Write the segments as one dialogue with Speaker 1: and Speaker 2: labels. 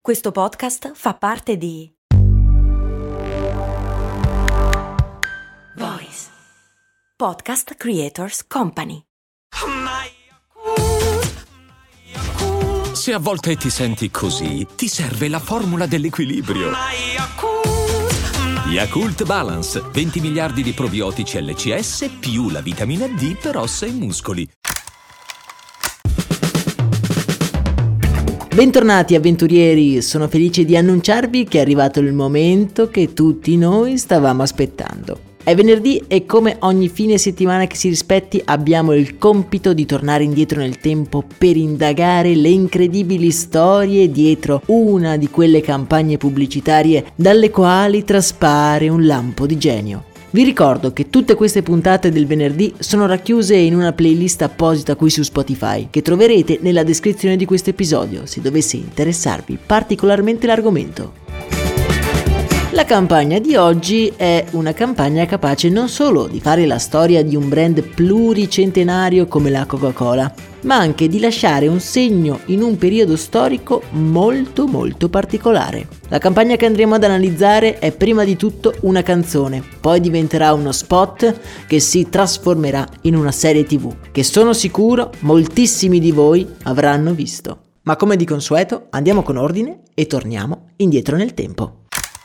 Speaker 1: Questo podcast fa parte di Voice Podcast Creators Company.
Speaker 2: Se a volte ti senti così, ti serve la formula dell'equilibrio. Yakult Balance, 20 miliardi di probiotici LCS più la vitamina D per ossa e muscoli.
Speaker 3: Bentornati avventurieri, sono felice di annunciarvi che è arrivato il momento che tutti noi stavamo aspettando. È venerdì e come ogni fine settimana che si rispetti abbiamo il compito di tornare indietro nel tempo per indagare le incredibili storie dietro una di quelle campagne pubblicitarie dalle quali traspare un lampo di genio. Vi ricordo che tutte queste puntate del venerdì sono racchiuse in una playlist apposita qui su Spotify, che troverete nella descrizione di questo episodio, se dovesse interessarvi particolarmente l'argomento. La campagna di oggi è una campagna capace non solo di fare la storia di un brand pluricentenario come la Coca-Cola, ma anche di lasciare un segno in un periodo storico molto particolare. La campagna che andremo ad analizzare è prima di tutto una canzone, poi diventerà uno spot che si trasformerà in una serie TV, che sono sicuro moltissimi di voi avranno visto. Ma come di consueto andiamo con ordine e torniamo indietro nel tempo.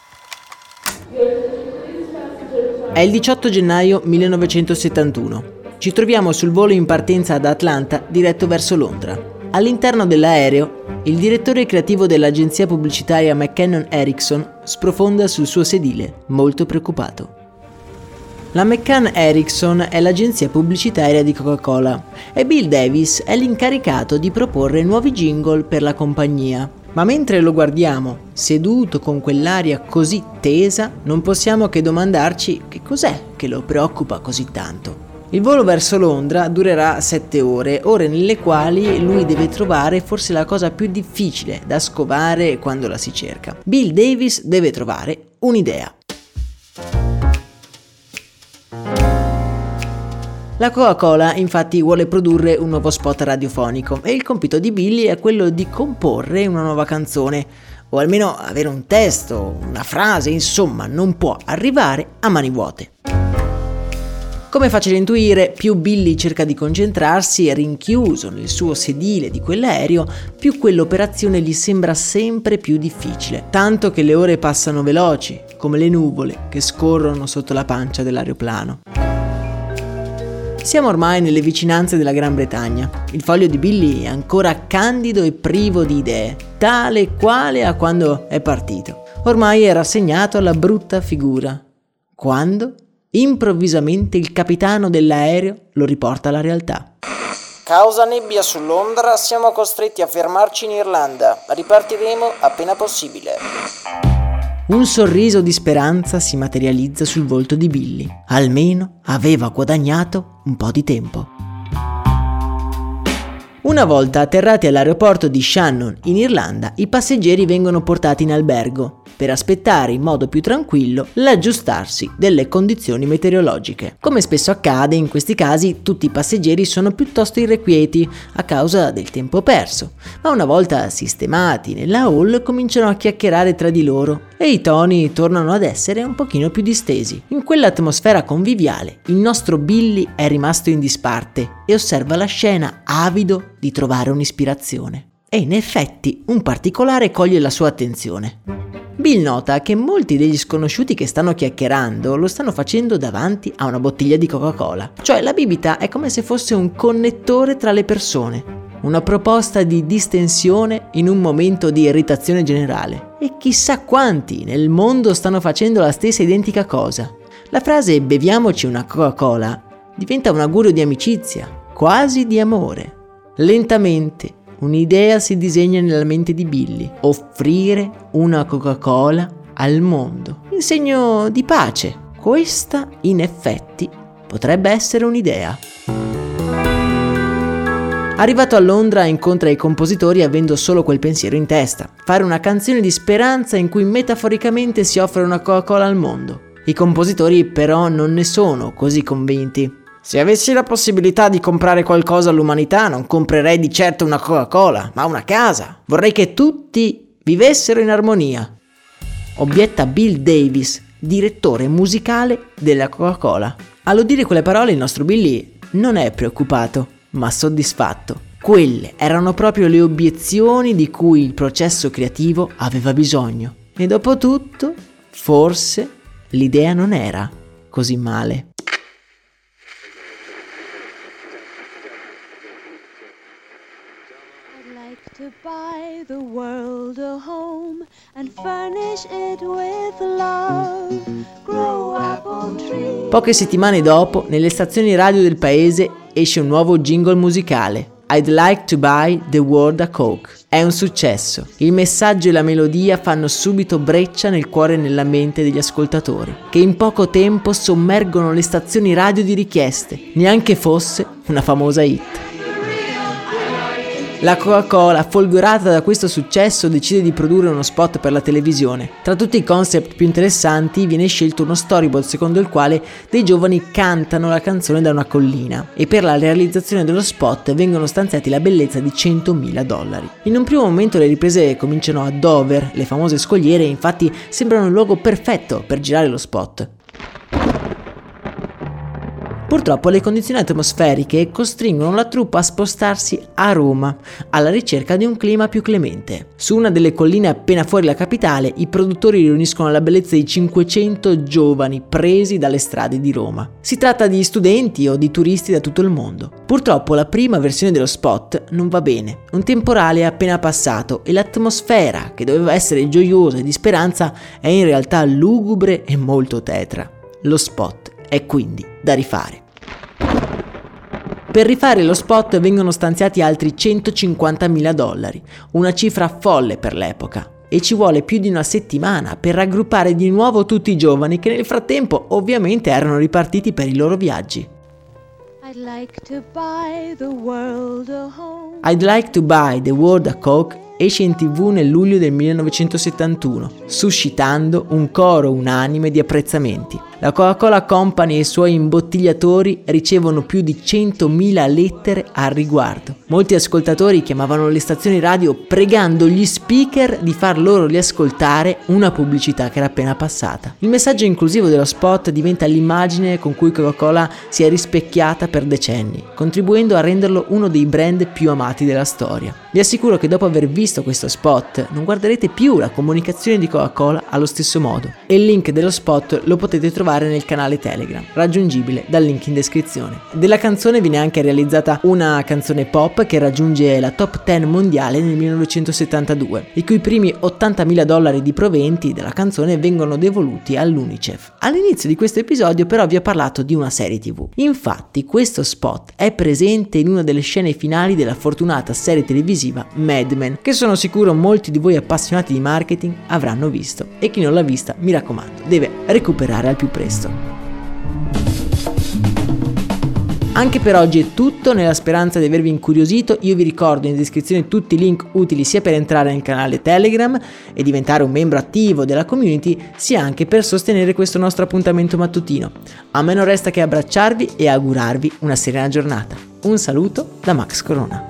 Speaker 3: È il 18 gennaio 1971. Ci troviamo sul volo in partenza da Atlanta diretto verso Londra. All'interno dell'aereo, il direttore creativo dell'agenzia pubblicitaria McCann Erickson sprofonda sul suo sedile, molto preoccupato. La McCann Erickson è l'agenzia pubblicitaria di Coca-Cola e Bill Davis è l'incaricato di proporre nuovi jingle per la compagnia. Ma mentre lo guardiamo, seduto con quell'aria così tesa, non possiamo che domandarci che cos'è che lo preoccupa così tanto. Il volo verso Londra durerà 7 ore nelle quali lui deve trovare forse la cosa più difficile da scovare quando la si cerca. Bill Davis deve trovare un'idea. La Coca-Cola infatti vuole produrre un nuovo spot radiofonico e il compito di Billy è quello di comporre una nuova canzone, o almeno avere un testo, una frase, insomma non può arrivare a mani vuote. Come è facile intuire, più Billy cerca di concentrarsi rinchiuso nel suo sedile di quell'aereo, più quell'operazione gli sembra sempre più difficile, tanto che le ore passano veloci, come le nuvole che scorrono sotto la pancia dell'aeroplano. Siamo ormai nelle vicinanze della Gran Bretagna. Il foglio di Billy è ancora candido e privo di idee, tale e quale a quando è partito. Ormai è rassegnato alla brutta figura. Quando, improvvisamente, il capitano dell'aereo lo riporta alla realtà.
Speaker 4: Causa nebbia su Londra, siamo costretti a fermarci in Irlanda. Ripartiremo appena possibile.
Speaker 3: Un sorriso di speranza si materializza sul volto di Billy. Almeno aveva guadagnato un po' di tempo. Una volta atterrati all'aeroporto di Shannon in Irlanda, i passeggeri vengono portati in albergo per aspettare in modo più tranquillo l'aggiustarsi delle condizioni meteorologiche. Come spesso accade in questi casi, tutti i passeggeri sono piuttosto irrequieti a causa del tempo perso, ma una volta sistemati nella hall cominciano a chiacchierare tra di loro e i toni tornano ad essere un pochino più distesi. In quell'atmosfera conviviale, il nostro Billy è rimasto in disparte e osserva la scena avido di trovare un'ispirazione. E in effetti un particolare coglie la sua attenzione. Bill nota che molti degli sconosciuti che stanno chiacchierando lo stanno facendo davanti a una bottiglia di Coca-Cola. Cioè la bibita è come se fosse un connettore tra le persone, una proposta di distensione in un momento di irritazione generale. E chissà quanti nel mondo stanno facendo la stessa identica cosa. La frase "beviamoci una Coca-Cola" diventa un augurio di amicizia, quasi di amore. Lentamente un'idea si disegna nella mente di Billy: offrire una Coca-Cola al mondo, in segno di pace. Questa, in effetti, potrebbe essere un'idea. Arrivato a Londra incontra i compositori avendo solo quel pensiero in testa: fare una canzone di speranza in cui metaforicamente si offre una Coca-Cola al mondo. I compositori però non ne sono così convinti.
Speaker 4: Se avessi la possibilità di comprare qualcosa all'umanità, non comprerei di certo una Coca-Cola, ma una casa.
Speaker 3: Vorrei che tutti vivessero in armonia. Obietta Bill Davis, direttore musicale della Coca-Cola. All'udire quelle parole il nostro Billy non è preoccupato, ma soddisfatto. Quelle erano proprio le obiezioni di cui il processo creativo aveva bisogno. E dopo tutto, forse l'idea non era così male.
Speaker 5: To buy the world a home and furnish it with love. Grow apple trees.
Speaker 3: Poche settimane dopo, nelle stazioni radio del paese esce un nuovo jingle musicale. I'd like to buy the world a Coke. È un successo. Il messaggio e la melodia fanno subito breccia nel cuore e nella mente degli ascoltatori, che in poco tempo sommergono le stazioni radio di richieste, neanche fosse una famosa hit. La Coca-Cola, folgorata da questo successo, decide di produrre uno spot per la televisione. Tra tutti i concept più interessanti viene scelto uno storyboard secondo il quale dei giovani cantano la canzone da una collina, e per la realizzazione dello spot vengono stanziati la bellezza di $100.000. In un primo momento le riprese cominciano a Dover, le famose scogliere infatti sembrano il luogo perfetto per girare lo spot. Purtroppo le condizioni atmosferiche costringono la troupe a spostarsi a Roma, alla ricerca di un clima più clemente. Su una delle colline appena fuori la capitale, i produttori riuniscono la bellezza di 500 giovani presi dalle strade di Roma. Si tratta di studenti o di turisti da tutto il mondo. Purtroppo la prima versione dello spot non va bene. Un temporale è appena passato e l'atmosfera, che doveva essere gioiosa e di speranza, è in realtà lugubre e molto tetra. Lo spot è quindi da rifare. Per rifare lo spot vengono stanziati altri $150.000, una cifra folle per l'epoca, e ci vuole più di una settimana per raggruppare di nuovo tutti i giovani che nel frattempo ovviamente erano ripartiti per i loro viaggi.
Speaker 5: I'd like to buy the world a home.
Speaker 3: I'd like to buy the world a Coke esce in TV nel luglio del 1971, suscitando un coro unanime di apprezzamenti. La Coca-Cola Company e i suoi imbottigliatori ricevono più di 100.000 lettere al riguardo. Molti ascoltatori chiamavano le stazioni radio pregando gli speaker di far loro riascoltare una pubblicità che era appena passata. Il messaggio inclusivo dello spot diventa l'immagine con cui Coca-Cola si è rispecchiata per decenni, contribuendo a renderlo uno dei brand più amati della storia. Vi assicuro che dopo aver visto questo spot non guarderete più la comunicazione di Coca-Cola allo stesso modo, e il link dello spot lo potete trovare nel canale Telegram, raggiungibile dal link in descrizione. Della canzone viene anche realizzata una canzone pop che raggiunge la top 10 mondiale nel 1972, i cui primi $80.000 di proventi della canzone vengono devoluti all'UNICEF. All'inizio di questo episodio però vi ho parlato di una serie TV. Infatti questo spot è presente in una delle scene finali della fortunata serie televisiva Mad Men, che sono sicuro molti di voi appassionati di marketing avranno visto, e chi non l'ha vista, mi raccomando, deve recuperare al più presto. Anche per oggi è tutto, nella speranza di avervi incuriosito. Io vi ricordo in descrizione tutti i link utili sia per entrare nel canale Telegram e diventare un membro attivo della community, sia anche per sostenere questo nostro appuntamento mattutino. A me non resta che abbracciarvi e augurarvi una serena giornata. Un saluto da Max Corona.